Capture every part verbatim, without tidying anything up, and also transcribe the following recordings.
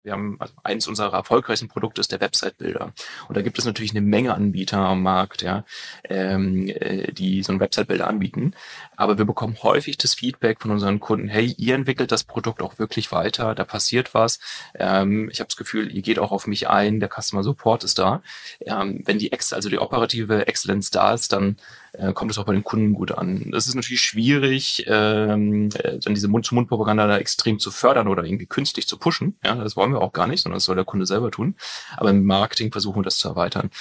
Wir haben, also eins unserer erfolgreichsten Produkte ist der Website-Builder. Und da gibt es natürlich eine Menge Anbieter am Markt, ja, ähm, äh, die so einen Website-Builder anbieten. Aber wir bekommen häufig das Feedback von unseren Kunden, hey, ihr entwickelt das Produkt auch wirklich weiter, da passiert was. Ähm, ich habe das Gefühl, ihr geht auch auf mich ein, der Customer Support ist da. Ähm, wenn die Ex, also die operative Exzellenz da ist, dann äh, kommt es auch bei den Kunden gut an. Das ist natürlich schwierig, ähm, äh, dann diese Mund-zu-Mund-Propaganda da extrem zu fördern oder irgendwie künstlich zu pushen. Ja, das wollen wir auch gar nicht, sondern das soll der Kunde selber tun. Aber im Marketing versuchen wir das zu erweitern.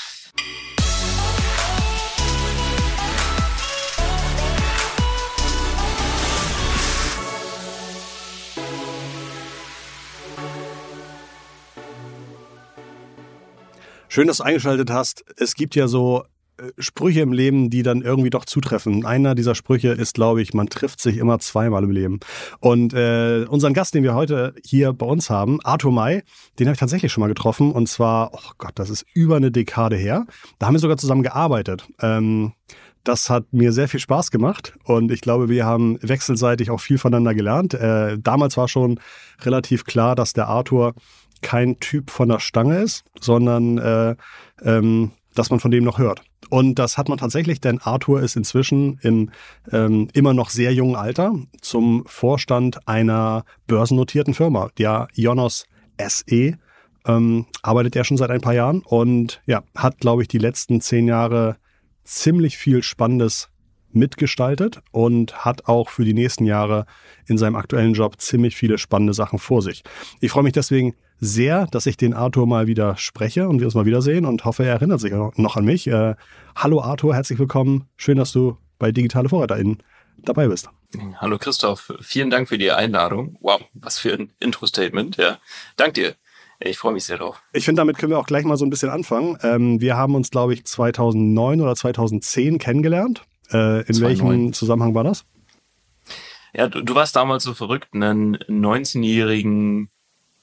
Schön, dass du eingeschaltet hast. Es gibt ja so äh, Sprüche im Leben, die dann irgendwie doch zutreffen. Einer dieser Sprüche ist, glaube ich, man trifft sich immer zweimal im Leben. Und äh, unseren Gast, den wir heute hier bei uns haben, Arthur May, den habe ich tatsächlich schon mal getroffen. Und zwar, oh Gott, das ist über eine Dekade her. Da haben wir sogar zusammen gearbeitet. Ähm, das hat mir sehr viel Spaß gemacht. Und ich glaube, wir haben wechselseitig auch viel voneinander gelernt. Äh, damals war schon relativ klar, dass der Arthur kein Typ von der Stange ist, sondern äh, ähm, dass man von dem noch hört. Und das hat man tatsächlich, denn Arthur ist inzwischen im ähm, immer noch sehr jungen Alter zum Vorstand einer börsennotierten Firma, der Ionos S E, ähm, arbeitet er schon seit ein paar Jahren und ja, hat, glaube ich, die letzten zehn Jahre ziemlich viel Spannendes mitgestaltet und hat auch für die nächsten Jahre in seinem aktuellen Job ziemlich viele spannende Sachen vor sich. Ich freue mich deswegen sehr, dass ich den Arthur mal wieder spreche und wir uns mal wiedersehen und hoffe, er erinnert sich noch an mich. Äh, hallo Arthur, herzlich willkommen. Schön, dass du bei Digitale VorreiterInnen dabei bist. Hallo Christoph, vielen Dank für die Einladung. Wow, was für ein Intro-Statement. Ja, dank dir. Ich freue mich sehr drauf. Ich finde, damit können wir auch gleich mal so ein bisschen anfangen. Ähm, wir haben uns, glaube ich, zweitausendneun oder zweitausendzehn kennengelernt. Äh, in welchem Zusammenhang war das? Ja, du, du warst damals so verrückt, einen neunzehnjährigen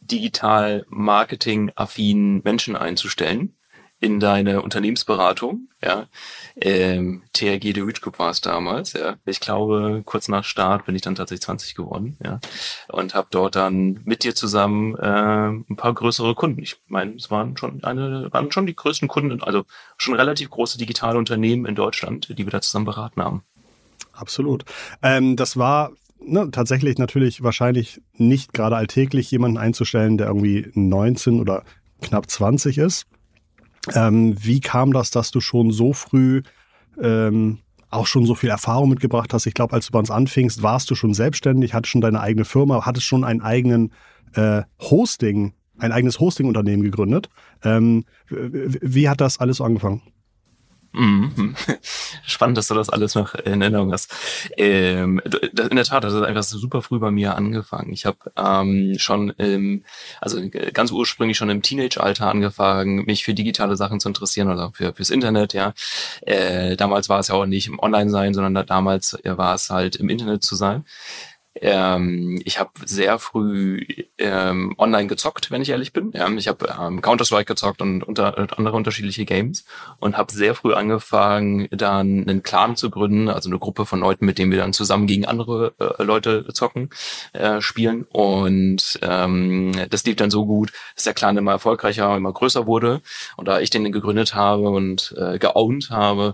digital-marketing-affinen Menschen einzustellen in deine Unternehmensberatung. Ja, ähm, T R G The Rich Group war es damals. Ja, ich glaube, kurz nach Start bin ich dann tatsächlich zwanzig geworden. Ja, und habe dort dann mit dir zusammen äh, ein paar größere Kunden. Ich meine, es waren schon eine, waren schon die größten Kunden, also schon relativ große digitale Unternehmen in Deutschland, die wir da zusammen beraten haben. Absolut. Ähm, das war Ne, tatsächlich natürlich wahrscheinlich nicht gerade alltäglich, jemanden einzustellen, der irgendwie neunzehn oder knapp zwanzig ist. Ähm, wie kam das, dass du schon so früh ähm, auch schon so viel Erfahrung mitgebracht hast? Ich glaube, als du bei uns anfingst, warst du schon selbstständig, hattest schon deine eigene Firma, hattest schon einen eigenen äh, Hosting, ein eigenes Hosting-Unternehmen gegründet. Ähm, wie hat das alles so angefangen? Mhm. Spannend, dass du das alles noch in Erinnerung hast. Ähm, in der Tat, das hat einfach super früh bei mir angefangen. Ich habe ähm, schon, im, also ganz ursprünglich schon im Teenage-Alter angefangen, mich für digitale Sachen zu interessieren, also für fürs Internet. Ja, äh, damals war es ja auch nicht im Online-Sein, sondern da, damals war es halt im Internet zu sein. Ähm, ich habe sehr früh ähm, online gezockt, wenn ich ehrlich bin. Ja, ich habe ähm, Counter-Strike gezockt und unter, andere unterschiedliche Games und habe sehr früh angefangen, dann einen Clan zu gründen, also eine Gruppe von Leuten, mit denen wir dann zusammen gegen andere äh, Leute zocken, äh, spielen. Und ähm, das lief dann so gut, dass der Clan immer erfolgreicher, immer größer wurde. Und da ich den gegründet habe und äh, geowned habe,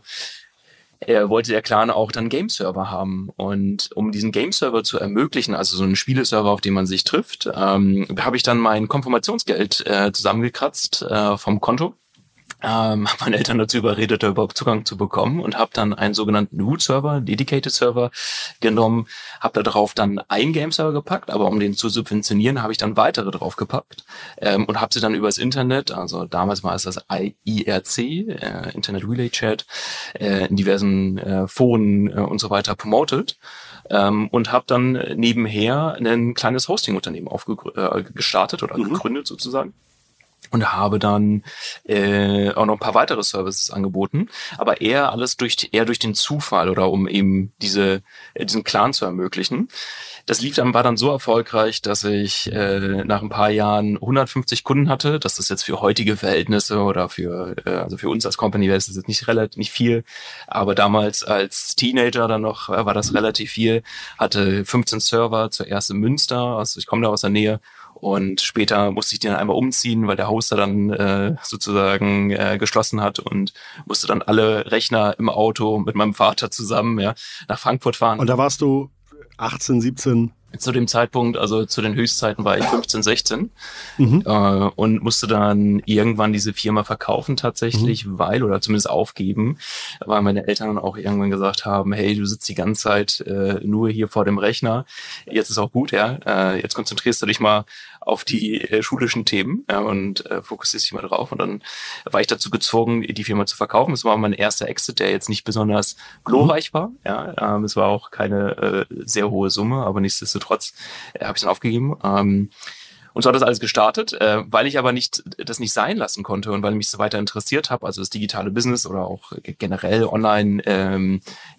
er wollte der Clan auch dann Game-Server haben. Und um diesen Game-Server zu ermöglichen, also so einen Spieleserver, auf dem man sich trifft, ähm, habe ich dann mein Konfirmationsgeld äh, zusammengekratzt äh, vom Konto. Ähm, habe meine Eltern dazu überredet, da überhaupt Zugang zu bekommen und habe dann einen sogenannten Root-Server, Dedicated Server genommen, habe da drauf dann einen Game-Server gepackt, aber um den zu subventionieren, habe ich dann weitere draufgepackt ähm, und habe sie dann übers Internet, also damals war es das I R C, äh, Internet Relay Chat, äh, in diversen äh, Foren äh, und so weiter promotet. Ähm, und habe dann nebenher ein kleines Hosting-Unternehmen aufgestartet äh, oder mhm. gegründet sozusagen. Und habe dann äh, auch noch ein paar weitere Services angeboten, aber eher alles durch eher durch den Zufall oder um eben diese äh, diesen Clan zu ermöglichen. Das lief dann war dann so erfolgreich, dass ich äh, nach ein paar Jahren hundertfünfzig Kunden hatte. Das ist jetzt für heutige Verhältnisse oder für äh, also für uns als Company wäre es jetzt nicht relativ nicht viel, aber damals als Teenager dann noch war das relativ viel. Hatte fünfzehn Server, zuerst in Münster, also ich komme da aus der Nähe. Und später musste ich die dann einmal umziehen, weil der Hoster dann äh, sozusagen äh, geschlossen hat und musste dann alle Rechner im Auto mit meinem Vater zusammen ja, nach Frankfurt fahren. Und da warst du achtzehn, siebzehn? Zu dem Zeitpunkt, also zu den Höchstzeiten war ich fünfzehn, sechzehn mhm. äh, und musste dann irgendwann diese Firma verkaufen tatsächlich, mhm. weil, oder zumindest aufgeben, weil meine Eltern dann auch irgendwann gesagt haben, hey, du sitzt die ganze Zeit äh, nur hier vor dem Rechner, jetzt ist auch gut, ja, äh, jetzt konzentrierst du dich mal auf die äh, schulischen Themen ja, und äh, fokussierst dich mal drauf. Und dann war ich dazu gezwungen, die Firma zu verkaufen. Es war mein erster Exit, der jetzt nicht besonders glorreich war. Ja, ähm, es war auch keine äh, sehr hohe Summe, aber nichtsdestotrotz äh, habe ich es dann aufgegeben. Ähm, Und so hat das alles gestartet, äh, weil ich aber nicht das nicht sein lassen konnte und weil ich mich so weiter interessiert habe, also das digitale Business oder auch generell online ähm,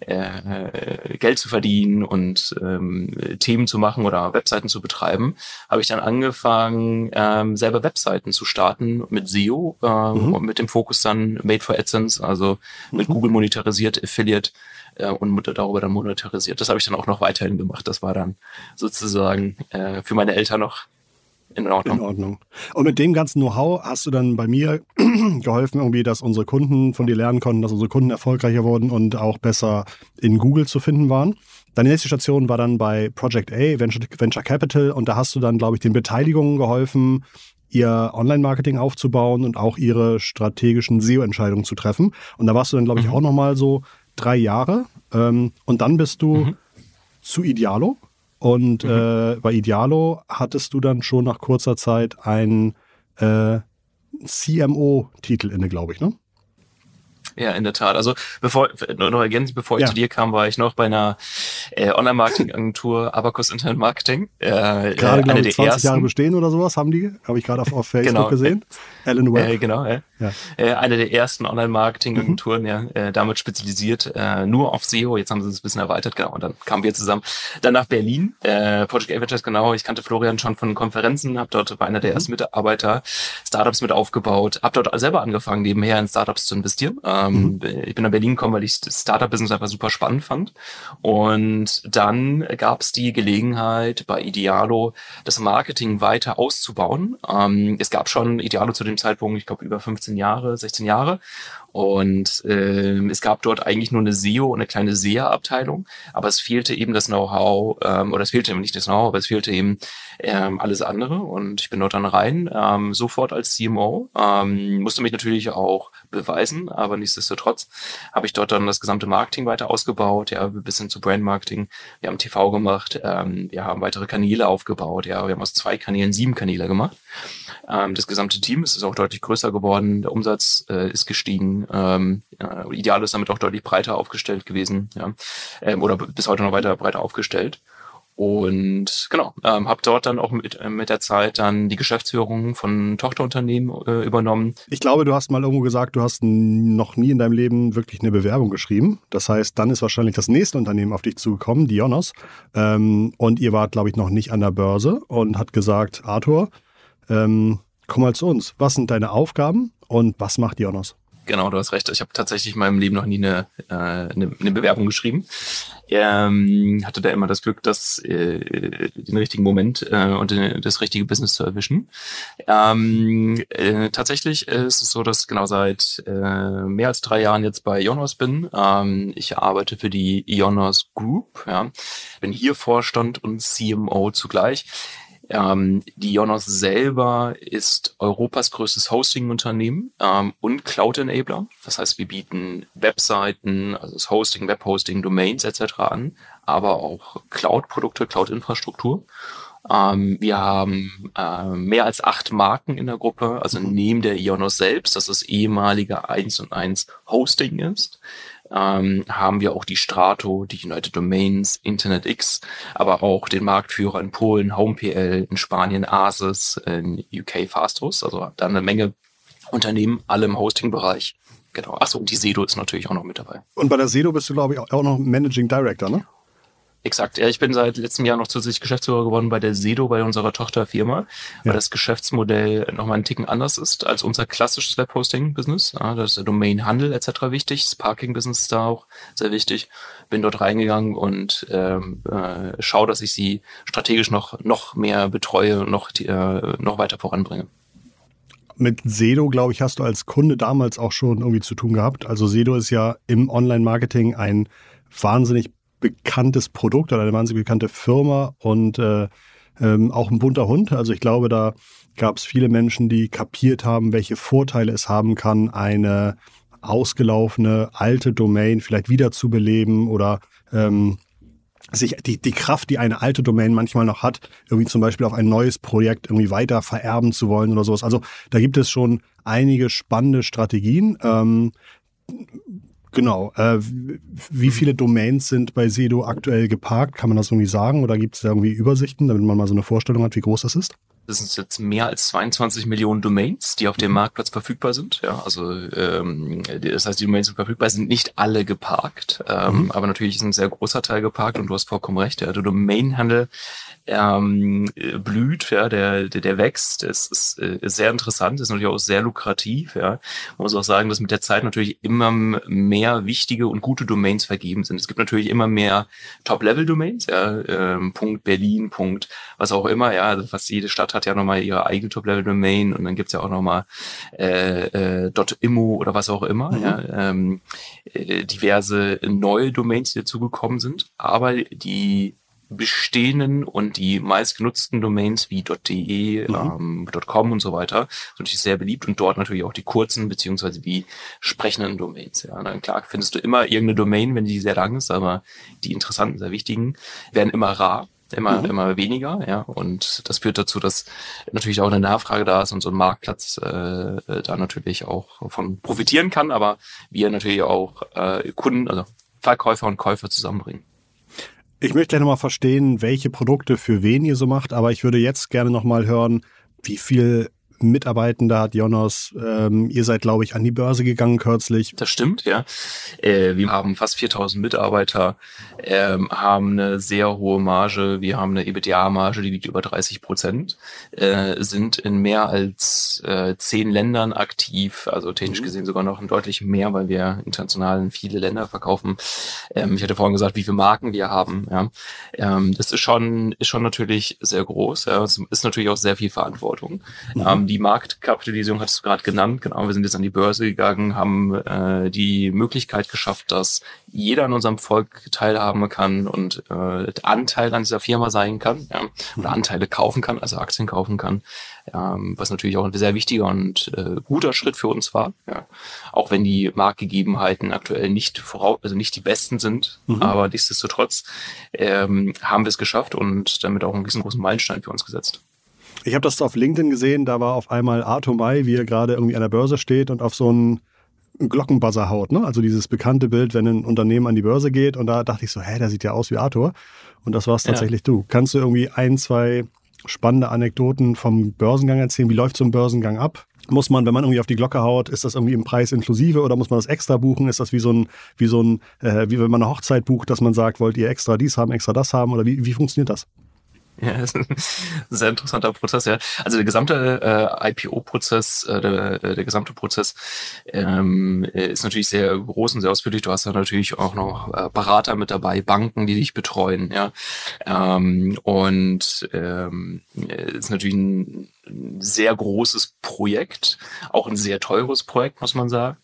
äh, Geld zu verdienen und ähm, Themen zu machen oder Webseiten zu betreiben, habe ich dann angefangen, ähm, selber Webseiten zu starten mit S E O ähm, mhm. und mit dem Fokus dann Made for AdSense, also mit mhm. Google monetarisiert, Affiliate äh, und darüber dann monetarisiert. Das habe ich dann auch noch weiterhin gemacht. Das war dann sozusagen äh, für meine Eltern noch In Ordnung. In Ordnung. Und mit dem ganzen Know-how hast du dann bei mir geholfen, irgendwie, dass unsere Kunden von dir lernen konnten, dass unsere Kunden erfolgreicher wurden und auch besser in Google zu finden waren. Deine nächste Station war dann bei Project A, Venture, Venture Capital, und da hast du dann, glaube ich, den Beteiligungen geholfen, ihr Online-Marketing aufzubauen und auch ihre strategischen S E O-Entscheidungen zu treffen. Und da warst du dann, glaube ich, mhm. auch nochmal so drei Jahre. Ähm, und dann bist du mhm. zu Idealo. Und mhm. äh, bei Idealo hattest du dann schon nach kurzer Zeit einen äh, C M O-Titel inne, glaube ich, ne? Ja, in der Tat. Also bevor noch ergänzend, bevor ich ja. zu dir kam, war ich noch bei einer äh, Online-Marketing-Agentur Abacus Internet Marketing. Äh, gerade, äh, glaube ich, der zwanzig ersten. Jahre bestehen oder sowas haben die, habe ich gerade auf, auf Facebook genau. gesehen. Alan Webb. Äh, genau, äh. ja. Äh, eine der ersten Online-Marketing-Agenturen, mhm. ja, äh, damit spezialisiert, äh, nur auf S E O. Jetzt haben sie es ein bisschen erweitert, genau. Und dann kamen wir zusammen. Dann nach Berlin, äh, Project A Ventures, genau. Ich kannte Florian schon von Konferenzen, habe dort bei einer der mhm. ersten Mitarbeiter Startups mit aufgebaut, habe dort selber angefangen, nebenher in Startups zu investieren. Ähm, mhm. Ich bin nach Berlin gekommen, weil ich das Startup-Business einfach super spannend fand. Und dann gab es die Gelegenheit, bei Idealo das Marketing weiter auszubauen. Ähm, es gab schon Idealo zu dem Zeitpunkt, ich glaube, über fünfzehn Jahre, sechzehn Jahre. Und äh, es gab dort eigentlich nur eine S E O und eine kleine S E A-Abteilung, aber es fehlte eben das Know-how, ähm, oder es fehlte eben nicht das Know-how, aber es fehlte eben ähm, alles andere. Und ich bin dort dann rein, ähm, sofort als C M O, ähm, musste mich natürlich auch beweisen, aber nichtsdestotrotz habe ich dort dann das gesamte Marketing weiter ausgebaut, ja, bis hin zu Brand-Marketing. Wir haben T V gemacht, ähm, wir haben weitere Kanäle aufgebaut, ja, wir haben aus zwei Kanälen sieben Kanäle gemacht. Ähm, das gesamte Team ist auch deutlich größer geworden, der Umsatz äh, ist gestiegen, ähm, äh, Idealo ist damit auch deutlich breiter aufgestellt gewesen, ja, ähm, oder b- bis heute noch weiter breiter aufgestellt. Und genau, ähm, habe dort dann auch mit, äh, mit der Zeit dann die Geschäftsführung von Tochterunternehmen äh, übernommen. Ich glaube, du hast mal irgendwo gesagt, du hast n- noch nie in deinem Leben wirklich eine Bewerbung geschrieben. Das heißt, dann ist wahrscheinlich das nächste Unternehmen auf dich zugekommen, Dionos. Ähm, und ihr wart, glaube ich, noch nicht an der Börse und hat gesagt, Arthur, ähm, komm mal zu uns. Was sind deine Aufgaben und was macht Dionos? Genau, du hast recht. Ich habe tatsächlich in meinem Leben noch nie eine, äh, eine, eine Bewerbung geschrieben. Ähm, hatte da immer das Glück, dass äh, den richtigen Moment äh, und den, das richtige Business zu erwischen. Ähm, äh, tatsächlich ist es so, dass ich genau seit äh, mehr als drei Jahren jetzt bei Ionos bin. Ähm, ich arbeite für die Ionos Group. Ja. Bin hier Vorstand und C M O zugleich. Ähm, die Ionos selber ist Europas größtes Hosting-Unternehmen ähm, und Cloud-Enabler. Das heißt, wir bieten Webseiten, also das Hosting, Webhosting, Domains et cetera an, aber auch Cloud-Produkte, Cloud-Infrastruktur. Ähm, wir haben äh, mehr als acht Marken in der Gruppe, also neben der Ionos selbst, das das ehemalige eins und eins Hosting ist, ähm, haben wir auch die Strato, die United Domains, InternetX, aber auch den Marktführer in Polen, HomePL, in Spanien, Asis, in U K Fasthost, also da eine Menge Unternehmen, alle im Hosting-Bereich. Genau. Achso, und die Sedo ist natürlich auch noch mit dabei. Und bei der Sedo bist du, glaube ich, auch noch Managing Director, ne? Exakt. Ja, ich bin seit letztem Jahr noch zusätzlich Geschäftsführer geworden bei der Sedo, bei unserer Tochterfirma, weil Ja. das Geschäftsmodell nochmal einen Ticken anders ist als unser klassisches Webhosting-Business. Ja, da ist der Domainhandel et cetera wichtig, das Parking-Business ist da auch sehr wichtig. Bin dort reingegangen und ähm, äh, schaue, dass ich sie strategisch noch noch mehr betreue und noch, die, äh, noch weiter voranbringe. Mit Sedo, glaube ich, hast du als Kunde damals auch schon irgendwie zu tun gehabt. Also Sedo ist ja im Online-Marketing ein wahnsinnig bekanntes Produkt oder eine wahnsinnig bekannte Firma und äh, ähm, auch ein bunter Hund. Also ich glaube, da gab es viele Menschen, die kapiert haben, welche Vorteile es haben kann, eine ausgelaufene alte Domain vielleicht wiederzubeleben oder ähm, sich die, die Kraft, die eine alte Domain manchmal noch hat, irgendwie zum Beispiel auf ein neues Projekt irgendwie weiter vererben zu wollen oder sowas. Also da gibt es schon einige spannende Strategien. Ähm, genau. Äh, wie viele Domains sind bei Sedo aktuell geparkt? Kann man das irgendwie sagen? Oder gibt es da irgendwie Übersichten, damit man mal so eine Vorstellung hat, wie groß das ist? Das sind jetzt mehr als zweiundzwanzig Millionen Domains, die auf dem Marktplatz verfügbar sind. Ja, also ähm, das heißt, die Domains sind verfügbar, sind nicht alle geparkt, ähm, mhm. aber natürlich ist ein sehr großer Teil geparkt und du hast vollkommen recht. Ja, der Domainhandel ähm, blüht, ja, der, der der wächst. Es ist, ist sehr interessant, ist natürlich auch sehr lukrativ. Ja, man muss auch sagen, dass mit der Zeit natürlich immer mehr wichtige und gute Domains vergeben sind. Es gibt natürlich immer mehr Top-Level-Domains, ja, ähm, Punkt Berlin, Punkt was auch immer. Ja, also fast jede Stadt hat ja nochmal ihre eigene Top-Level-Domain und dann gibt's ja auch nochmal äh, äh, .immo oder was auch immer, mhm. ja, ähm, äh, diverse neue Domains, die dazugekommen sind, aber die bestehenden und die meistgenutzten Domains wie .de, mhm. ähm, .com und so weiter sind natürlich sehr beliebt und dort natürlich auch die kurzen beziehungsweise die sprechenden Domains. Ja, dann klar findest du immer irgendeine Domain, wenn die sehr lang ist, aber die interessanten, sehr wichtigen werden immer rar. Immer, mhm. immer weniger, ja, und das führt dazu, dass natürlich auch eine Nachfrage da ist und so ein Marktplatz äh, da natürlich auch von profitieren kann, aber wir natürlich auch äh, Kunden, also Verkäufer und Käufer zusammenbringen. Ich möchte gleich nochmal verstehen, welche Produkte für wen ihr so macht, aber ich würde jetzt gerne nochmal hören, wie viel Mitarbeitende hat Jonas. Ähm, ihr seid, glaube ich, an die Börse gegangen kürzlich. Das stimmt, ja. Äh, wir haben fast viertausend Mitarbeiter, ähm, haben eine sehr hohe Marge. Wir haben eine EBITDA-Marge, die liegt über dreißig Prozent, äh, sind in mehr als äh, zehn Ländern aktiv, also technisch mhm. gesehen sogar noch ein deutlich mehr, weil wir international in viele Länder verkaufen. Ähm, ich hatte vorhin gesagt, wie viele Marken wir haben. Ja. Ähm, das ist schon, ist schon natürlich sehr groß. Ja. Es ist natürlich auch sehr viel Verantwortung. Mhm. Ähm, Die Marktkapitalisierung hattest du gerade genannt. Genau, wir sind jetzt an die Börse gegangen, haben äh, die Möglichkeit geschafft, dass jeder an unserem Volk teilhaben kann und äh, Anteil an dieser Firma sein kann, ja, oder Anteile kaufen kann, also Aktien kaufen kann, ähm, was natürlich auch ein sehr wichtiger und äh, guter Schritt für uns war. Ja. Auch wenn die Marktgegebenheiten aktuell nicht voraus, also nicht die besten sind, mhm. aber nichtsdestotrotz ähm, haben wir es geschafft und damit auch einen riesengroßen Meilenstein für uns gesetzt. Ich habe das auf LinkedIn gesehen, da war auf einmal Atomai, wie er gerade irgendwie an der Börse steht und auf so einen Glockenbuzzer haut, ne? Also dieses bekannte Bild, wenn ein Unternehmen an die Börse geht und da dachte ich so, hä, der sieht ja aus wie Arthur und das war es tatsächlich ja. du. Kannst du irgendwie ein, zwei spannende Anekdoten vom Börsengang erzählen? Wie läuft so ein Börsengang ab? Muss man, wenn man irgendwie auf die Glocke haut, ist das irgendwie im Preis inklusive oder muss man das extra buchen? Ist das wie so ein, wie so ein, äh, wie wenn man eine Hochzeit bucht, dass man sagt, wollt ihr extra dies haben, extra das haben oder wie, wie funktioniert das? Ja, das ist ein sehr interessanter Prozess, ja. Also der gesamte äh, I P O-Prozess, äh, der, der gesamte Prozess ähm, ist natürlich sehr groß und sehr ausführlich. Du hast ja natürlich auch noch äh, Berater mit dabei, Banken, die dich betreuen, ja. Ähm, und ähm, ist natürlich ein sehr großes Projekt, auch ein sehr teures Projekt, muss man sagen.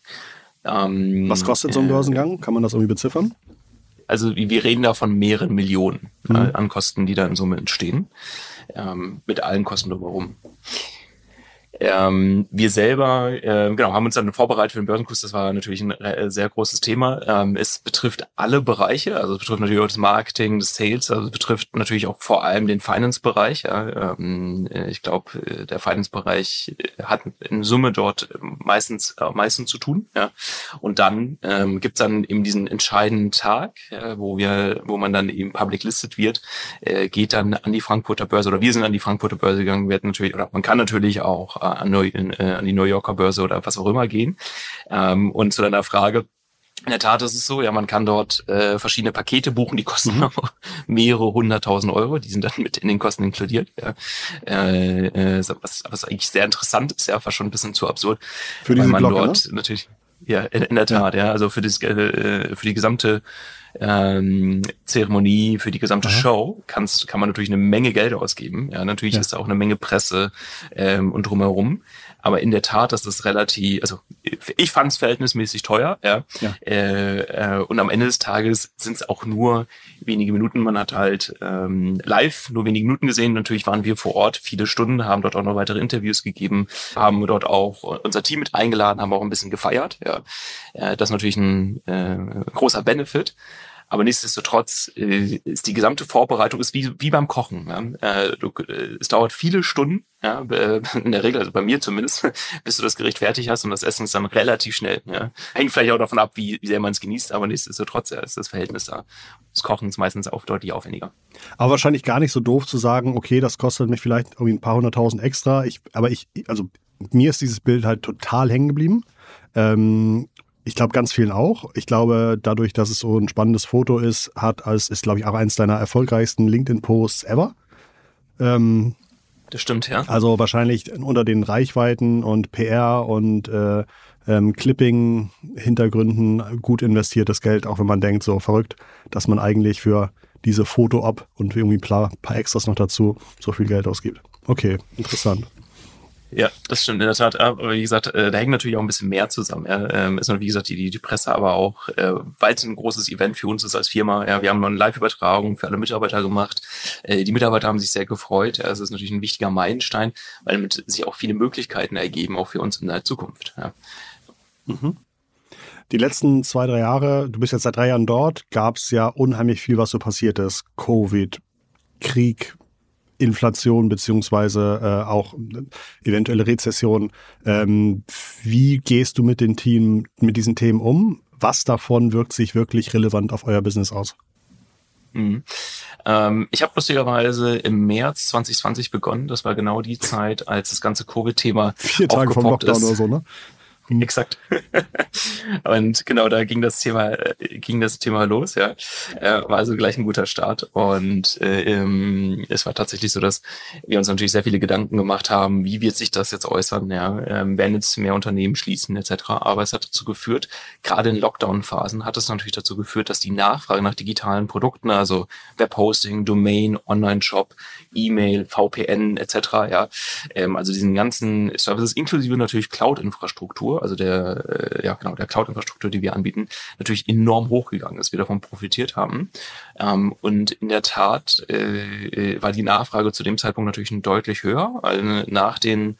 Ähm, Was kostet so ein Börsengang? Kann man das irgendwie beziffern? Also wir reden da von mehreren Millionen mhm. äh, an Kosten, die da in Summe entstehen, ähm, mit allen Kosten drumherum. Ähm, wir selber äh, genau haben uns dann vorbereitet für den Börsenkurs. Das war natürlich ein äh, sehr großes Thema. Ähm, es betrifft alle Bereiche, also es betrifft natürlich auch das Marketing, das Sales, also es betrifft natürlich auch vor allem den Finance-Bereich. Ja. Ähm, ich glaube, der Finance-Bereich hat in Summe dort meistens äh, meistens zu tun. Ja. Und dann ähm, gibt's dann eben diesen entscheidenden Tag, ja, wo wir, wo man dann eben public listed wird, äh, geht dann an die Frankfurter Börse oder wir sind an die Frankfurter Börse gegangen. Wir hatten natürlich oder man kann natürlich auch An, Neu, äh, an die New Yorker Börse oder was auch immer gehen. Ähm, und zu deiner Frage, In der Tat ist es so, ja, man kann dort äh, verschiedene Pakete buchen, die kosten Mhm. auch mehrere hunderttausend Euro, die sind dann mit in den Kosten inkludiert. Ja. Äh, äh, was, was eigentlich sehr interessant ist, ja, fast schon ein bisschen zu absurd, Für weil diese man Glocke, dort ne? natürlich, ja, in, in der Tat, ja, ja also für das, äh, für die gesamte ähm, Zeremonie, für die gesamte Aha. Show kannst, kann man natürlich eine Menge Geld ausgeben. Ja, natürlich Ja. ist da auch eine Menge Presse ähm, und drumherum. Aber in der Tat, das ist relativ, also ich fand es verhältnismäßig teuer, ja. Ja. Äh, äh, und am Ende des Tages sind es auch nur wenige Minuten. Man hat halt ähm, live nur wenige Minuten gesehen. Natürlich waren wir vor Ort viele Stunden, haben dort auch noch weitere Interviews gegeben, haben dort auch unser Team mit eingeladen, haben auch ein bisschen gefeiert. Ja, äh, das ist natürlich ein äh, großer Benefit. Aber nichtsdestotrotz äh, ist die gesamte Vorbereitung ist wie wie beim Kochen. Ja? Äh, du, äh, es dauert viele Stunden, ja, äh, in der Regel, also bei mir zumindest, bis du das Gericht fertig hast und das Essen ist dann relativ schnell. Ja? Hängt vielleicht auch davon ab, wie, wie sehr man es genießt, aber nichtsdestotrotz ja, ist das Verhältnis da. Das Kochen ist meistens auch deutlich aufwendiger. Aber wahrscheinlich gar nicht so doof zu sagen, okay, das kostet mich vielleicht irgendwie ein paar hunderttausend extra. Ich, aber ich, also mir ist dieses Bild halt total hängen geblieben. Ähm, ich glaube, ganz vielen auch. Ich glaube, dadurch, dass es so ein spannendes Foto ist, hat als ist, glaube ich, auch eins deiner erfolgreichsten LinkedIn-Posts ever. Ähm, Das stimmt, ja. Also wahrscheinlich unter den Reichweiten und P R und äh, ähm, Clipping-Hintergründen gut investiertes Geld, auch wenn man denkt, so verrückt, dass man eigentlich für diese Foto-Op und irgendwie ein paar, paar Extras noch dazu so viel Geld ausgibt. Okay, interessant. Ja, das stimmt in der Tat. Aber wie gesagt, äh, da hängt natürlich auch ein bisschen mehr zusammen. Ja. Ähm, ist noch, wie gesagt, die, die Presse, aber auch, äh, weil es ein großes Event für uns ist als Firma. Ja, wir haben noch eine Live-Übertragung für alle Mitarbeiter gemacht. Äh, die Mitarbeiter haben sich sehr gefreut. Ja, es ist natürlich ein wichtiger Meilenstein, weil damit sich auch viele Möglichkeiten ergeben, auch für uns in der Zukunft. Ja. Mhm. Die letzten zwei, drei Jahre, du bist jetzt seit drei Jahren dort, gab es ja unheimlich viel, was so passiert ist. Covid, Krieg, Inflation beziehungsweise äh, auch eventuelle Rezession. Ähm, wie gehst du mit den Team, mit diesen Themen um? Was davon wirkt sich wirklich relevant auf euer Business aus? Mhm. Ähm, ich habe lustigerweise im März zwanzig zwanzig begonnen. Das war genau die Zeit, als das ganze Covid-Thema Vier Tage vom aufgepoppt Lockdown ist. oder so, ne? Exakt. Und genau, da ging das Thema, äh, ging das Thema los, ja. Äh, war also gleich ein guter Start. Und äh, ähm, es war tatsächlich so, dass wir uns natürlich sehr viele Gedanken gemacht haben, wie wird sich das jetzt äußern, ja, ähm, werden jetzt mehr Unternehmen schließen, et cetera. Aber es hat dazu geführt, gerade in Lockdown-Phasen hat es natürlich dazu geführt, dass die Nachfrage nach digitalen Produkten, also Webhosting, Domain, Online-Shop, E-Mail, V P N, et cetera, ja, ähm, also diesen ganzen Services inklusive natürlich Cloud-Infrastruktur, also der, äh, ja genau, der Cloud-Infrastruktur, die wir anbieten, natürlich enorm hochgegangen ist, wir davon profitiert haben. Ähm, und in der Tat äh, war die Nachfrage zu dem Zeitpunkt natürlich deutlich höher, also nach den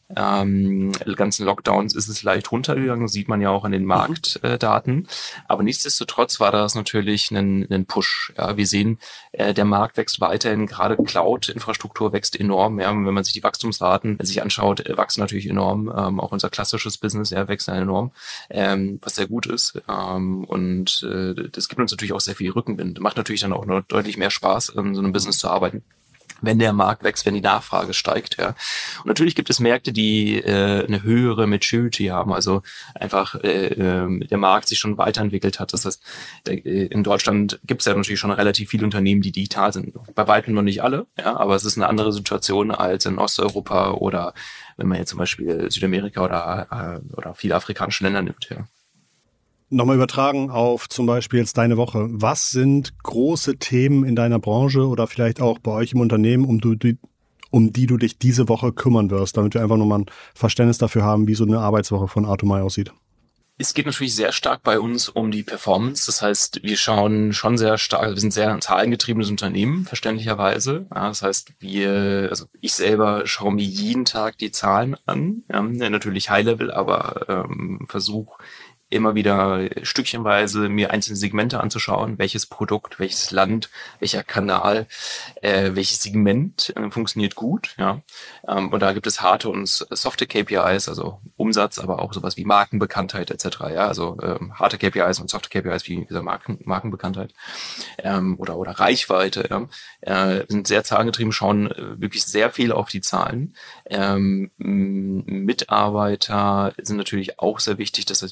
ähm, ganzen Lockdowns ist es leicht runtergegangen, das sieht man ja auch an den Marktdaten. Äh, Aber nichtsdestotrotz war das natürlich ein, ein Push. Ja, wir sehen, äh, der Markt wächst weiterhin, gerade Cloud-Infrastruktur wächst enorm. Ja, wenn man sich die Wachstumsraten sich anschaut, äh, wachsen natürlich enorm. Ähm, auch unser klassisches Business, ja, wächst enorm, ähm, was sehr gut ist. Ähm, und äh, das gibt uns natürlich auch sehr viel Rückenwind. Macht natürlich dann auch noch deutlich mehr Spaß, in so einem Business zu arbeiten, wenn der Markt wächst, wenn die Nachfrage steigt, ja. Und natürlich gibt es Märkte, die äh, eine höhere Maturity haben, also einfach äh, äh, der Markt sich schon weiterentwickelt hat. Das heißt, der, äh, in Deutschland gibt es ja natürlich schon relativ viele Unternehmen, die digital sind. Bei weitem noch nicht alle, ja, aber es ist eine andere Situation als in Osteuropa oder wenn man jetzt zum Beispiel Südamerika oder äh, oder viele afrikanische Länder nimmt, ja. Nochmal übertragen auf zum Beispiel jetzt deine Woche. Was sind große Themen in deiner Branche oder vielleicht auch bei euch im Unternehmen, um, du, die, um die du dich diese Woche kümmern wirst, damit wir einfach nochmal ein Verständnis dafür haben, wie so eine Arbeitswoche von Atomai aussieht? Es geht natürlich sehr stark bei uns um die Performance. Das heißt, wir schauen schon sehr stark, wir sind sehr ein zahlengetriebenes Unternehmen, verständlicherweise. Ja, das heißt, wir, also ich selber schaue mir jeden Tag die Zahlen an. Ja, natürlich High-Level, aber ähm, versuche immer wieder stückchenweise mir einzelne Segmente anzuschauen, welches Produkt, welches Land, welcher Kanal, äh, welches Segment äh, funktioniert gut, ja. Ähm, und da gibt es harte und softe K P Is, also Umsatz, aber auch sowas wie Markenbekanntheit et cetera. Ja, also ähm, harte K P Is und softe K P Is wie dieser Marken, Markenbekanntheit ähm, oder oder Reichweite. Ja. Äh, sind sehr zahlengetrieben, schauen äh, wirklich sehr viel auf die Zahlen. Ähm, Mitarbeiter sind natürlich auch sehr wichtig, das heißt, wir beschäftigen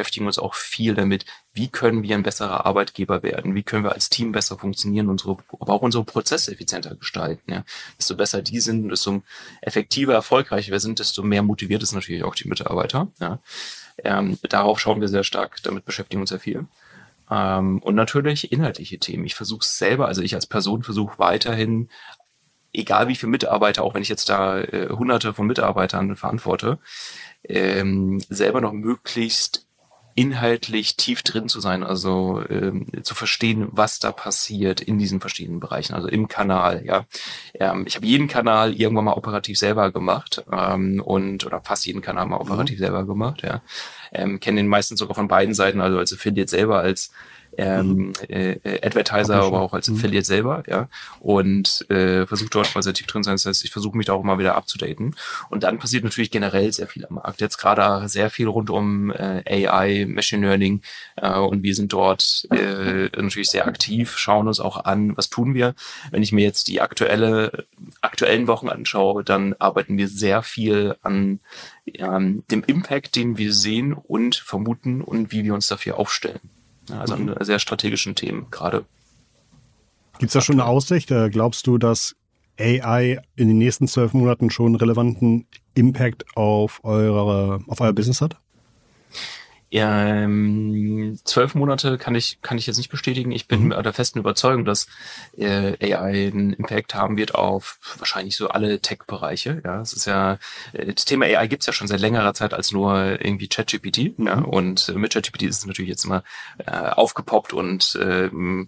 beschäftigen uns auch viel damit, wie können wir ein besserer Arbeitgeber werden, wie können wir als Team besser funktionieren, unsere, aber auch unsere Prozesse effizienter gestalten. Ja. Desto besser die sind, desto effektiver, erfolgreicher wir sind, desto mehr motiviert ist natürlich auch die Mitarbeiter. Ja. Ähm, darauf schauen wir sehr stark, damit beschäftigen wir uns sehr viel. Ähm, und natürlich inhaltliche Themen. Ich versuche es selber, also ich als Person versuche weiterhin, egal wie viele Mitarbeiter, auch wenn ich jetzt da äh, hunderte von Mitarbeitern verantworte, ähm, selber noch möglichst inhaltlich tief drin zu sein, also ähm, zu verstehen, was da passiert in diesen verschiedenen Bereichen, also im Kanal, ja. Ähm, ich habe jeden Kanal irgendwann mal operativ selber gemacht ähm, und oder fast jeden Kanal mal operativ mhm. selber gemacht, ja. Ähm, kenne den meistens sogar von beiden Seiten, also als Affiliate selber, als ähm, äh, Advertiser, aber auch als Affiliate mhm. selber, ja, und äh, versuche dort mal sehr tief drin zu sein. Das heißt, ich versuche mich da auch mal wieder abzudaten. Und dann passiert natürlich generell sehr viel am Markt. Jetzt gerade sehr viel rund um äh, A I, Machine Learning äh, und wir sind dort äh, natürlich sehr aktiv, schauen uns auch an, was tun wir. Wenn ich mir jetzt die aktuelle aktuellen Wochen anschaue, dann arbeiten wir sehr viel an ähm, dem Impact, den wir sehen und vermuten und wie wir uns dafür aufstellen. Also an sehr strategischen Themen gerade. Gibt es da schon eine Aussicht? Glaubst du, dass A I in den nächsten zwölf Monaten schon einen relevanten Impact auf eure, auf euer Business hat? Ähm, zwölf Monate kann ich kann ich jetzt nicht bestätigen. Ich bin mhm. der festen Überzeugung, dass äh, A I einen Impact haben wird auf wahrscheinlich so alle Tech-Bereiche. Ja, es ist ja das Thema A I gibt's ja schon seit längerer Zeit als nur irgendwie ChatGPT. Mhm. Ja, und mit ChatGPT ist es natürlich jetzt immer äh, aufgepoppt und äh,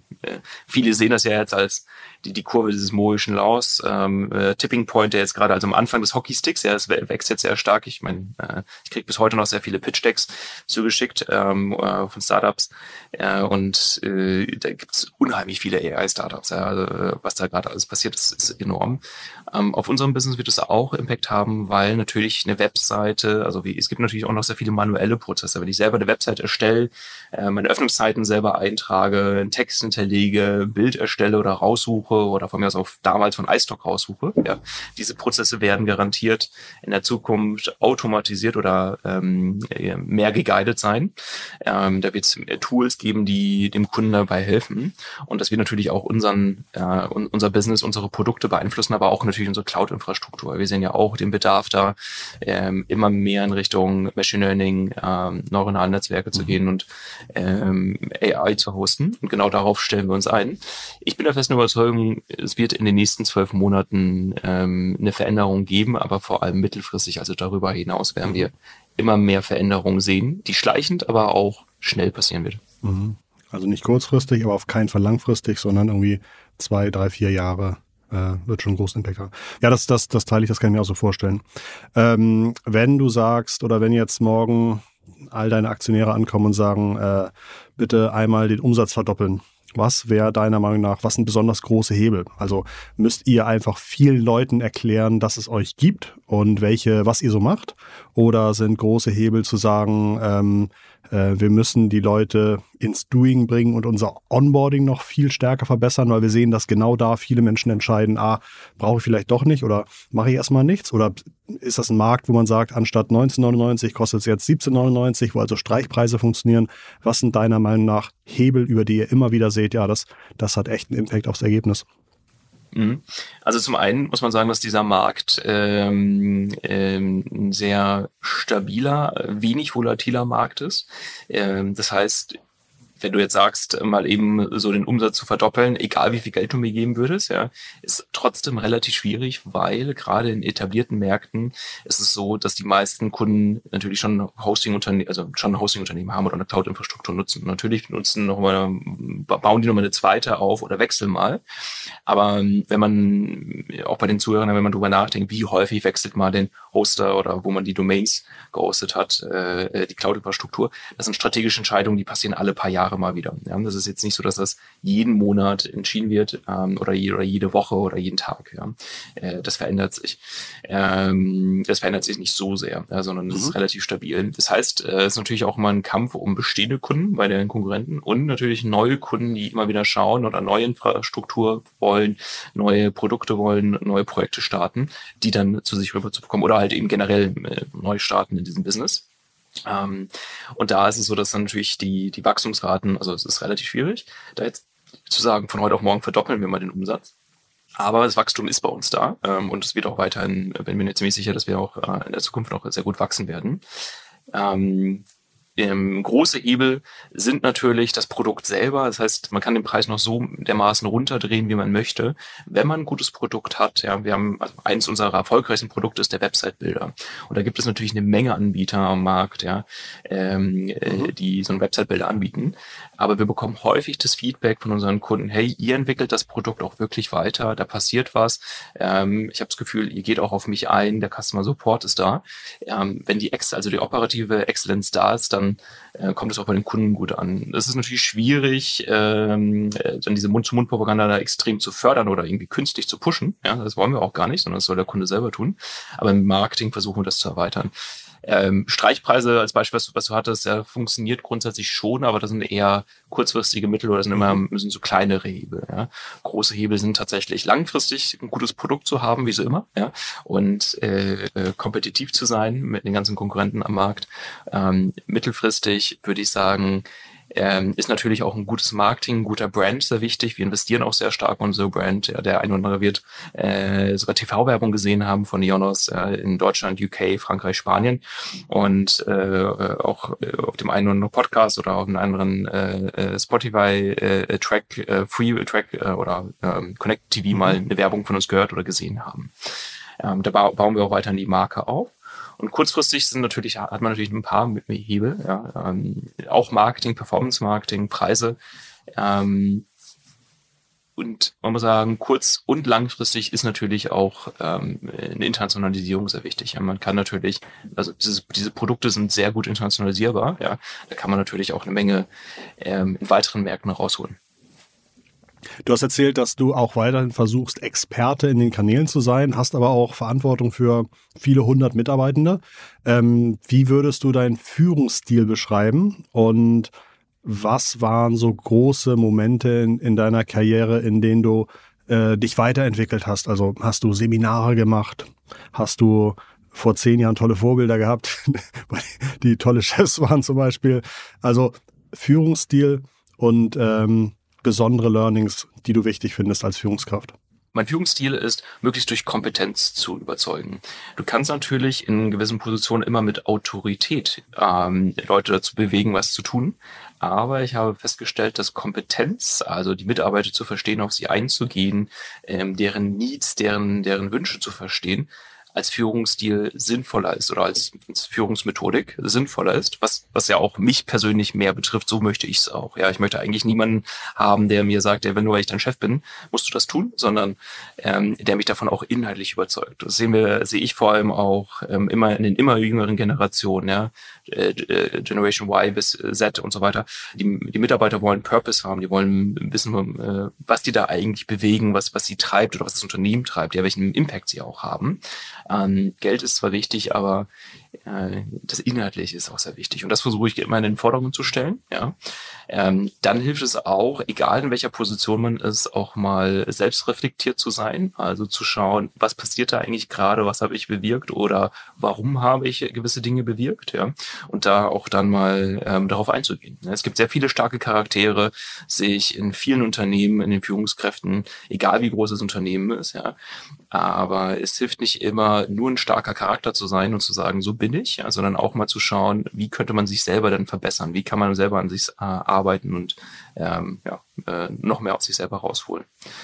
viele sehen das ja jetzt als die, die Kurve dieses Moore'schen Laws, ähm, äh, Tipping Point, der jetzt gerade also am Anfang des Hockeysticks, ja, es wächst jetzt sehr stark. Ich meine, äh, ich kriege bis heute noch sehr viele Pitch-Decks zugeschickt ähm, äh, von Startups äh, und äh, da gibt's unheimlich viele A I-Startups. Ja, also, was da gerade alles passiert, ist, ist enorm. Ähm, auf unserem Business wird es auch Impact haben, weil natürlich eine Webseite, also wie, es gibt natürlich auch noch sehr viele manuelle Prozesse. Wenn ich selber eine Webseite erstelle, äh, meine Öffnungszeiten selber eintrage, einen Text hinterlege, ein Bild erstelle oder raussuche oder von mir aus auch damals von iStock raussuche, ja, diese Prozesse werden garantiert in der Zukunft automatisiert oder ähm, mehr geguided sein. Ähm, da wird es Tools geben, die dem Kunden dabei helfen und das wird natürlich auch unseren äh, unser Business, unsere Produkte beeinflussen, aber auch natürlich unsere Cloud-Infrastruktur. Wir sehen ja auch den Bedarf da, ähm, immer mehr in Richtung Machine Learning, ähm, neuronale Netzwerke zu gehen und ähm, A I zu hosten. Und genau darauf stellen wir uns ein. Ich bin der festen Überzeugung, es wird in den nächsten zwölf Monaten ähm, eine Veränderung geben, aber vor allem mittelfristig, also darüber hinaus werden wir immer mehr Veränderungen sehen, die schleichend, aber auch schnell passieren wird. Also nicht kurzfristig, aber auf keinen Fall langfristig, sondern irgendwie zwei, drei, vier Jahre äh, wird schon einen großen Impact haben. Ja, das, das, das teile ich, das kann ich mir auch so vorstellen. Ähm, wenn du sagst oder wenn jetzt morgen all deine Aktionäre ankommen und sagen, äh, bitte einmal den Umsatz verdoppeln, was wäre deiner Meinung nach, was sind besonders große Hebel? Also müsst ihr einfach vielen Leuten erklären, dass es euch gibt und welche, was ihr so macht? Oder sind große Hebel zu sagen, ähm, äh, wir müssen die Leute ins Doing bringen und unser Onboarding noch viel stärker verbessern, weil wir sehen, dass genau da viele Menschen entscheiden, ah, brauche ich vielleicht doch nicht oder mache ich erstmal nichts? Oder ist das ein Markt, wo man sagt, anstatt neunzehn neunundneunzig kostet es jetzt siebzehn neunundneunzig, wo also Streichpreise funktionieren? Was sind deiner Meinung nach Hebel, über die ihr immer wieder seht, ja, das, das hat echt einen Impact aufs Ergebnis? Also zum einen muss man sagen, dass dieser Markt ähm, ähm, ein sehr stabiler, wenig volatiler Markt ist. Ähm, das heißt, wenn du jetzt sagst, mal eben so den Umsatz zu verdoppeln, egal wie viel Geld du mir geben würdest, ja, ist trotzdem relativ schwierig, weil gerade in etablierten Märkten ist es so, dass die meisten Kunden natürlich schon Hosting-Unternehmen, also schon Hosting-Unternehmen haben oder eine Cloud-Infrastruktur nutzen. Natürlich nutzen noch mal, bauen die noch mal eine zweite auf oder wechseln mal. Aber wenn man, auch bei den Zuhörern, wenn man drüber nachdenkt, wie häufig wechselt man den Hoster oder wo man die Domains gehostet hat, äh, die Cloud-Infrastruktur, das sind strategische Entscheidungen, die passieren alle paar Jahre mal wieder. Ja, das ist jetzt nicht so, dass das jeden Monat entschieden wird ähm, oder, je, oder jede Woche oder jeden Tag. Ja. Äh, das verändert sich. Ähm, das verändert sich nicht so sehr, ja, sondern es mhm. ist relativ stabil. Das heißt, äh, es ist natürlich auch immer ein Kampf um bestehende Kunden bei den Konkurrenten und natürlich neue Kunden, die immer wieder schauen oder neue Infrastruktur wollen, neue Produkte wollen, neue Projekte starten, die dann zu sich rüber zu bekommen oder halt eben generell äh, neu starten in diesem Business. Ähm, und da ist es so, dass dann natürlich die, die Wachstumsraten, also es ist relativ schwierig, da jetzt zu sagen, von heute auf morgen verdoppeln wir mal den Umsatz. Aber das Wachstum ist bei uns da ähm, und es wird auch weiterhin, bin mir ziemlich sicher, dass wir auch äh, in der Zukunft noch sehr gut wachsen werden. Ähm, Ähm, große Hebel sind natürlich das Produkt selber. Das heißt, man kann den Preis noch so dermaßen runterdrehen, wie man möchte, wenn man ein gutes Produkt hat. Ja, wir haben also eins unserer erfolgreichsten Produkte ist der Website-Builder. Und da gibt es natürlich eine Menge Anbieter am Markt, ja, ähm, äh, die so einen Website-Builder anbieten. Aber wir bekommen häufig das Feedback von unseren Kunden: Hey, ihr entwickelt das Produkt auch wirklich weiter, da passiert was. Ähm, ich habe das Gefühl, ihr geht auch auf mich ein, der Customer Support ist da. Ähm, wenn die Ex, also die operative Exzellenz da ist, dann äh, kommt es auch bei den Kunden gut an. Es ist natürlich schwierig, ähm, dann diese Mund-zu-Mund-Propaganda da extrem zu fördern oder irgendwie künstlich zu pushen. Ja, das wollen wir auch gar nicht, sondern das soll der Kunde selber tun. Aber im Marketing versuchen wir das zu erweitern. Ähm, Streichpreise als Beispiel, was du, was du hattest, ja, funktioniert grundsätzlich schon, aber das sind eher kurzfristige Mittel oder sind immer sind so kleinere Hebel. Ja. Große Hebel sind tatsächlich langfristig ein gutes Produkt zu haben, wie so immer, ja, und äh, äh, kompetitiv zu sein mit den ganzen Konkurrenten am Markt. Ähm, mittelfristig würde ich sagen, Ähm, ist natürlich auch ein gutes Marketing, ein guter Brand sehr wichtig. Wir investieren auch sehr stark in unsere Brand. Ja, der eine oder andere wird äh, sogar T V-Werbung gesehen haben von Ionos äh, in Deutschland, U K, Frankreich, Spanien und äh, auch äh, auf dem einen oder anderen Podcast oder auf einem anderen äh, Spotify-Track, äh, äh, Free-Track äh, oder äh, Connect T V mhm. mal eine Werbung von uns gehört oder gesehen haben. Ähm, da ba- bauen wir auch weiterhin die Marke auf. Und kurzfristig sind natürlich, hat man natürlich ein paar Hebel, ja, ähm, auch Marketing, Performance-Marketing, Preise. Ähm, und man muss sagen, kurz- und langfristig ist natürlich auch ähm, eine Internationalisierung sehr wichtig. Ja, man kann natürlich, also dieses, diese Produkte sind sehr gut internationalisierbar. Ja, da kann man natürlich auch eine Menge ähm, in weiteren Märkten rausholen. Du hast erzählt, dass du auch weiterhin versuchst, Experte in den Kanälen zu sein, hast aber auch Verantwortung für viele hundert Mitarbeitende. Ähm, wie würdest du deinen Führungsstil beschreiben und was waren so große Momente in, in deiner Karriere, in denen du äh, dich weiterentwickelt hast? Also hast du Seminare gemacht? Hast du vor zehn Jahren tolle Vorbilder gehabt, die tolle Chefs waren zum Beispiel? Also Führungsstil und ähm, besondere Learnings, die du wichtig findest als Führungskraft? Mein Führungsstil ist, möglichst durch Kompetenz zu überzeugen. Du kannst natürlich in gewissen Positionen immer mit Autorität ähm, Leute dazu bewegen, was zu tun. Aber ich habe festgestellt, dass Kompetenz, also die Mitarbeiter zu verstehen, auf sie einzugehen, ähm, deren Needs, deren, deren Wünsche zu verstehen, als Führungsstil sinnvoller ist oder als, als Führungsmethodik sinnvoller ist, was was ja auch mich persönlich mehr betrifft, so möchte ich es auch. Ja, ich möchte eigentlich niemanden haben, der mir sagt, ja, wenn nur weil ich dein Chef bin, musst du das tun, sondern ähm, der mich davon auch inhaltlich überzeugt. Das sehen wir, sehe ich vor allem auch ähm, immer in den immer jüngeren Generationen, ja, äh, Generation Y bis Z und so weiter. Die, die Mitarbeiter wollen Purpose haben, die wollen wissen, äh, was die da eigentlich bewegen, was was sie treibt oder was das Unternehmen treibt, ja, welchen Impact sie auch haben. Ähm, Geld ist zwar wichtig, aber äh, das Inhaltliche ist auch sehr wichtig. Und das versuche ich immer in den Vordergrund zu stellen. Ja. Ähm, dann hilft es auch, egal in welcher Position man ist, auch mal selbstreflektiert zu sein. Also zu schauen, was passiert da eigentlich gerade, was habe ich bewirkt oder warum habe ich gewisse Dinge bewirkt. Ja. Und da auch dann mal ähm, darauf einzugehen. Es gibt sehr viele starke Charaktere, sehe ich in vielen Unternehmen, in den Führungskräften, egal wie groß das Unternehmen ist. Ja. Aber es hilft nicht immer, nur ein starker Charakter zu sein und zu sagen, so bin ich, ja, sondern auch mal zu schauen, wie könnte man sich selber dann verbessern, wie kann man selber an sich äh, arbeiten und ähm, ja, äh, noch mehr aus sich selber rausholen.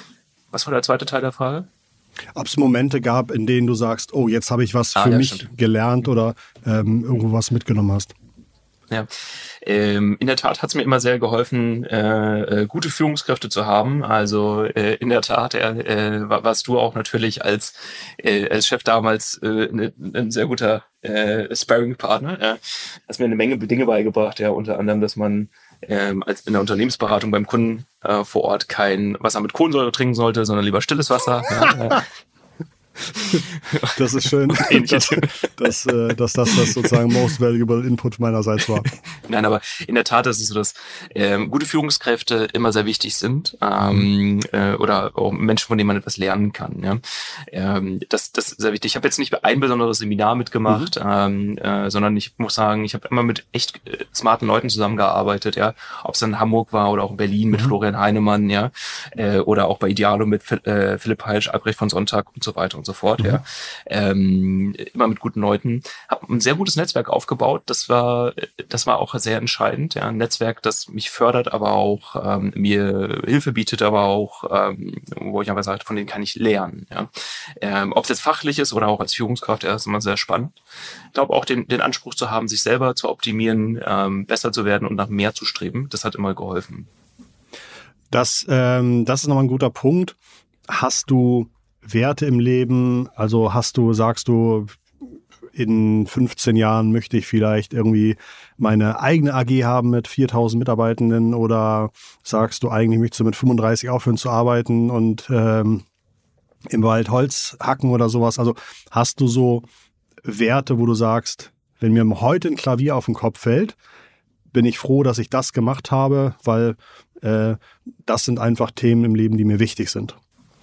Was war der zweite Teil der Frage? Ob es Momente gab, in denen du sagst, oh, jetzt habe ich was ah, für ja, mich stimmt. gelernt oder ähm, irgendwo was mitgenommen hast? Ja, ähm, in der Tat hat es mir immer sehr geholfen, äh, äh, gute Führungskräfte zu haben. Also äh, in der Tat äh, äh, warst du auch natürlich als äh, als Chef damals äh, ne, ein sehr guter äh, Sparring-Partner. Ja. Hast mir eine Menge Dinge beigebracht, ja, unter anderem, dass man ähm, als in der Unternehmensberatung beim Kunden äh, vor Ort kein Wasser mit Kohlensäure trinken sollte, sondern lieber stilles Wasser. Ja. Das ist schön, dass, dass, äh, dass das das sozusagen most valuable Input meinerseits war. Nein, aber in der Tat ist es so, dass ähm, gute Führungskräfte immer sehr wichtig sind ähm, äh, oder auch Menschen, von denen man etwas lernen kann. Ja? Ähm, das, das ist sehr wichtig. Ich habe jetzt nicht ein besonderes Seminar mitgemacht, mhm. ähm, äh, sondern ich muss sagen, ich habe immer mit echt äh, smarten Leuten zusammengearbeitet. Ja, ob es in Hamburg war oder auch in Berlin mit mhm. Florian Heinemann, ja, äh, oder auch bei Idealo mit äh, Philipp Heilsch, Albrecht von Sonntag und so weiter und so fort. Mhm. Ja, ähm, immer mit guten Leuten. Habe ein sehr gutes Netzwerk aufgebaut. Das war, das war auch sehr entscheidend. Ja, ein Netzwerk, das mich fördert, aber auch ähm, mir Hilfe bietet, aber auch, ähm, wo ich einfach sage, von denen kann ich lernen. Ja, ähm, ob es jetzt fachlich ist oder auch als Führungskraft, ja, ist immer sehr spannend. Ich glaube auch den, den Anspruch zu haben, sich selber zu optimieren, ähm, besser zu werden und nach mehr zu streben. Das hat immer geholfen. Das, ähm, das ist nochmal ein guter Punkt. Hast du Werte im Leben? Also hast du, sagst du, in fünfzehn Jahren möchte ich vielleicht irgendwie meine eigene A G haben mit viertausend Mitarbeitenden, oder sagst du, eigentlich möchtest du mit fünfunddreißig aufhören zu arbeiten und ähm, im Wald Holz hacken oder sowas? Also hast du so Werte, wo du sagst, wenn mir heute ein Klavier auf den Kopf fällt, bin ich froh, dass ich das gemacht habe, weil äh, das sind einfach Themen im Leben, die mir wichtig sind.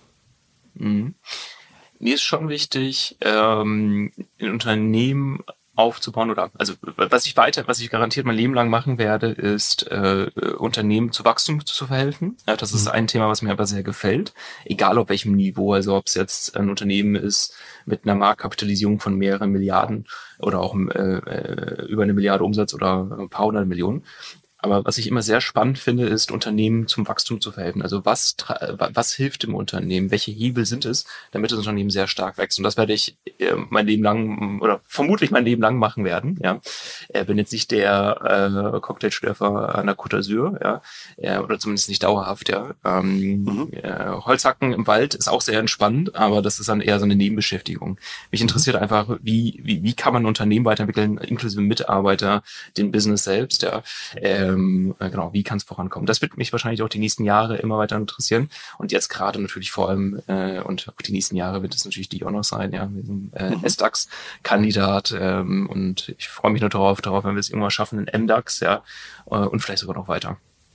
Mhm. Mir ist schon wichtig, ähm, ein Unternehmen aufzubauen oder, also was ich weiter, was ich garantiert mein Leben lang machen werde, ist äh, Unternehmen zu Wachstum zu verhelfen. Ja, das ist ein Thema, was mir aber sehr gefällt, egal auf welchem Niveau, also ob es jetzt ein Unternehmen ist mit einer Marktkapitalisierung von mehreren Milliarden oder auch äh, über eine Milliarde Umsatz oder ein paar hundert Millionen. Aber was ich immer sehr spannend finde, ist, Unternehmen zum Wachstum zu verhelfen. Also was was hilft dem Unternehmen? Welche Hebel sind es, damit das Unternehmen sehr stark wächst? Und das werde ich äh, mein Leben lang oder vermutlich mein Leben lang machen werden. Ja, äh, bin jetzt nicht der äh, Cocktailschlürfer an der Côte d'Azur, ja, äh, oder zumindest nicht dauerhaft. Ja, ähm, mhm. äh, Holzhacken im Wald ist auch sehr entspannend, aber das ist dann eher so eine Nebenbeschäftigung. Mich interessiert einfach, wie wie wie kann man ein Unternehmen weiterentwickeln, inklusive Mitarbeiter, den Business selbst. Ja. Äh, Ähm, genau, wie kann es vorankommen? Das wird mich wahrscheinlich auch die nächsten Jahre immer weiter interessieren. Und jetzt gerade natürlich vor allem, äh, und auch die nächsten Jahre wird es natürlich die Ionos sein, ja, wir sind äh, mhm. S DAX-Kandidat ähm, und ich freue mich nur darauf, darauf, wenn wir es irgendwann schaffen in M DAX, ja, äh, und vielleicht sogar noch weiter.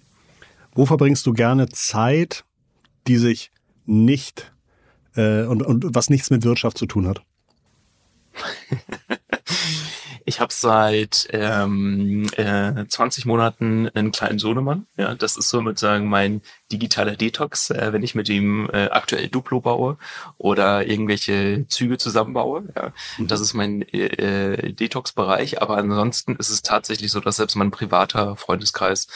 Wo verbringst du gerne Zeit, die sich nicht äh, und, und was nichts mit Wirtschaft zu tun hat? Ich habe seit ähm, äh, zwanzig Monaten einen kleinen Sohnemann. Ja, das ist sozusagen mein digitaler Detox, äh, wenn ich mit ihm äh, aktuell Duplo baue oder irgendwelche Züge zusammenbaue. Ja, mhm. Das ist mein äh, Detox-Bereich. Aber ansonsten ist es tatsächlich so, dass selbst mein privater Freundeskreis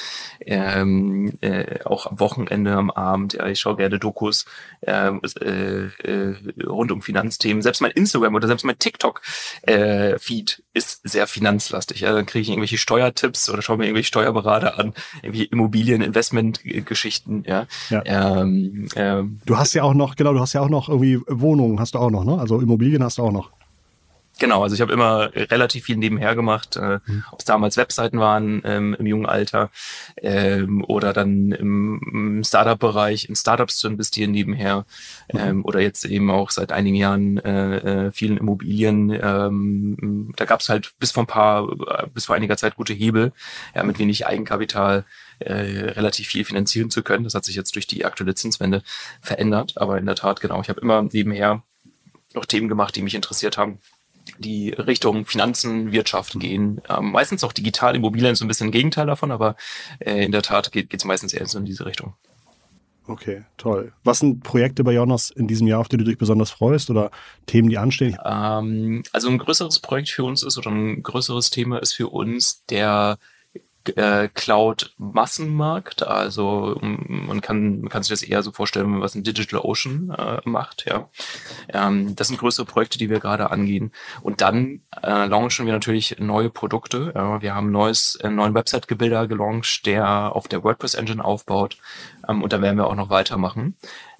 ähm, äh, auch am Wochenende, am Abend, ja, ich schaue gerne Dokus äh, äh, rund um Finanzthemen. Selbst mein Instagram oder selbst mein TikTok-Feed äh, ist sehr finanzlastig. Ja, dann kriege ich irgendwelche Steuertipps oder schaue mir irgendwelche Steuerberater an, irgendwie Immobilien, Investmentgeschichten. Ja. Ja. Ähm, ähm, du hast ja auch noch, genau, du hast ja auch noch irgendwie Wohnungen, hast du auch noch, ne? Also Immobilien hast du auch noch. Genau, also ich habe immer relativ viel nebenher gemacht, äh, mhm. ob es damals Webseiten waren ähm, im jungen Alter ähm, oder dann im, im Startup-Bereich in Startups zu investieren nebenher mhm. ähm, oder jetzt eben auch seit einigen Jahren äh, äh, vielen Immobilien. Ähm, da gab es halt bis vor ein paar, bis vor einiger Zeit gute Hebel, ja, mit wenig Eigenkapital äh, relativ viel finanzieren zu können. Das hat sich jetzt durch die aktuelle Zinswende verändert, aber in der Tat, genau, ich habe immer nebenher noch Themen gemacht, die mich interessiert haben, die Richtung Finanzen, Wirtschaft gehen. Ähm, meistens auch digital, Immobilien ist so ein bisschen ein Gegenteil davon, aber äh, in der Tat geht es meistens eher so in diese Richtung. Okay, toll. Was sind Projekte bei Ionos in diesem Jahr, auf die du dich besonders freust oder Themen, die anstehen? Ähm, also ein größeres Projekt für uns ist oder ein größeres Thema ist für uns der äh, Cloud-Massenmarkt. Also man kann, man kann sich das eher so vorstellen, was ein DigitalOcean äh, macht. Ja, ähm, das sind größere Projekte, die wir gerade angehen. Und dann äh, launchen wir natürlich neue Produkte. Ja, wir haben ein neues, einen neuen Website-Gebilder gelauncht, der auf der WordPress-Engine aufbaut. Ähm, und da werden wir auch noch weitermachen.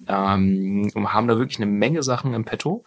Ähm, und haben da wirklich eine Menge Sachen im Petto.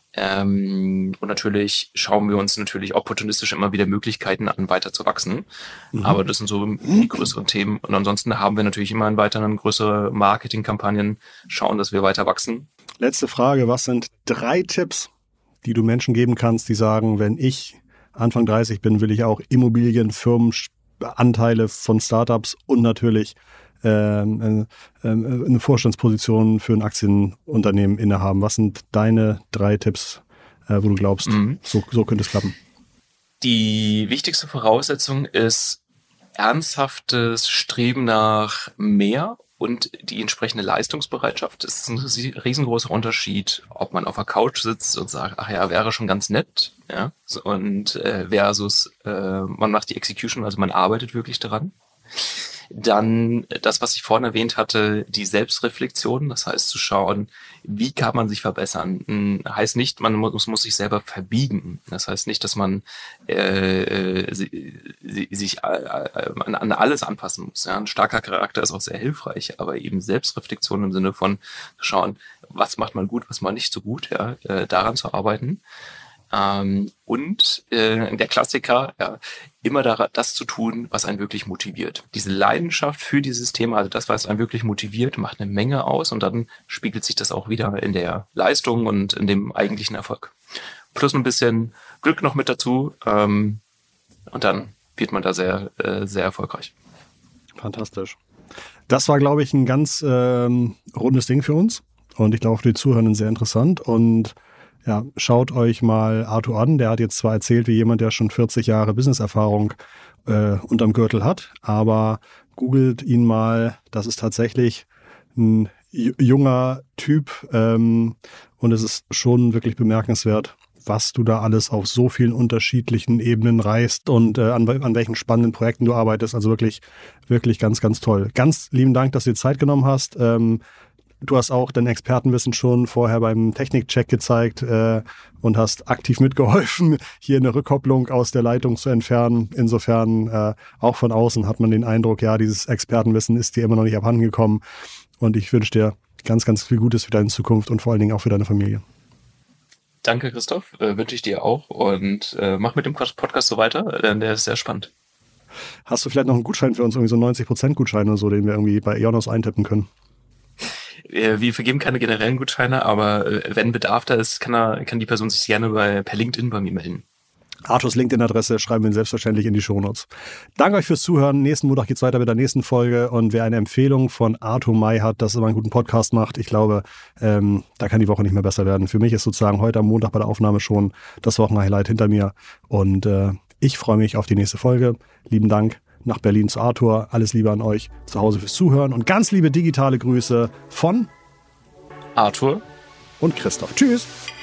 Ähm, und natürlich schauen wir uns natürlich opportunistisch immer wieder Möglichkeiten an, weiter zu wachsen. Mhm. Aber das sind so die größeren Themen. Und ansonsten haben wir natürlich immer in weiteren größere Marketingkampagnen, schauen, dass wir weiter wachsen. Letzte Frage, was sind drei Tipps, die du Menschen geben kannst, die sagen, wenn ich Anfang dreißig bin, will ich auch Immobilien, Firmen, Anteile von Startups und natürlich ähm, äh, äh, eine Vorstandsposition für ein Aktienunternehmen innehaben. Was sind deine drei Tipps, äh, wo du glaubst, mhm. so, so könnte es klappen? Die wichtigste Voraussetzung ist ernsthaftes Streben nach mehr und die entsprechende Leistungsbereitschaft. Das ist ein riesengroßer Unterschied, ob man auf der Couch sitzt und sagt, ach ja, wäre schon ganz nett, ja, und äh, versus äh, man macht die Execution, also man arbeitet wirklich daran. Dann das, was ich vorhin erwähnt hatte, die Selbstreflexion, das heißt zu schauen, wie kann man sich verbessern. Heißt nicht, man muss, muss sich selber verbiegen. Das heißt nicht, dass man äh, sich äh, an, an alles anpassen muss. Ja, ein starker Charakter ist auch sehr hilfreich, aber eben Selbstreflexion im Sinne von schauen, was macht man gut, was macht nicht so gut, ja, äh, daran zu arbeiten. Ähm, und äh, der Klassiker, ja, immer da, das zu tun, was einen wirklich motiviert. Diese Leidenschaft für dieses Thema, also das, was einen wirklich motiviert, macht eine Menge aus und dann spiegelt sich das auch wieder in der Leistung und in dem eigentlichen Erfolg. Plus ein bisschen Glück noch mit dazu ähm, und dann wird man da sehr, äh, sehr erfolgreich. Fantastisch. Das war, glaube ich, ein ganz ähm, rundes Ding für uns und ich glaube für die Zuhörenden sehr interessant und ja, schaut euch mal Arthur an. Der hat jetzt zwar erzählt, wie jemand, der schon vierzig Jahre Businesserfahrung äh, unterm Gürtel hat, aber googelt ihn mal. Das ist tatsächlich ein junger Typ ähm, und es ist schon wirklich bemerkenswert, was du da alles auf so vielen unterschiedlichen Ebenen reißt und äh, an, an welchen spannenden Projekten du arbeitest. Also wirklich, wirklich ganz, ganz toll. Ganz lieben Dank, dass du dir Zeit genommen hast. Ähm, Du hast auch dein Expertenwissen schon vorher beim Technikcheck gezeigt äh, und hast aktiv mitgeholfen, hier eine Rückkopplung aus der Leitung zu entfernen. Insofern äh, auch von außen hat man den Eindruck, ja, dieses Expertenwissen ist dir immer noch nicht abhanden gekommen. Und ich wünsche dir ganz, ganz viel Gutes für deine Zukunft und vor allen Dingen auch für deine Familie. Danke, Christoph. Äh, wünsche ich dir auch. Und äh, mach mit dem Podcast so weiter, denn der ist sehr spannend. Hast du vielleicht noch einen Gutschein für uns, irgendwie so einen neunzig Prozent Gutschein oder so, den wir irgendwie bei Ionos eintippen können? Wir vergeben keine generellen Gutscheine, aber wenn Bedarf da ist, kann, er, kann die Person sich gerne bei, per LinkedIn bei mir melden. Arthurs LinkedIn-Adresse schreiben wir selbstverständlich in die Shownotes. Danke euch fürs Zuhören. Nächsten Montag geht's weiter mit der nächsten Folge. Und wer eine Empfehlung von Arthur May hat, dass er einen guten Podcast macht, ich glaube, ähm, da kann die Woche nicht mehr besser werden. Für mich ist sozusagen heute am Montag bei der Aufnahme schon das Wochenhighlight hinter mir. Und äh, ich freue mich auf die nächste Folge. Lieben Dank. Nach Berlin zu Arthur. Alles Liebe an euch zu Hause fürs Zuhören und ganz liebe digitale Grüße von Arthur und Christoph. Tschüss!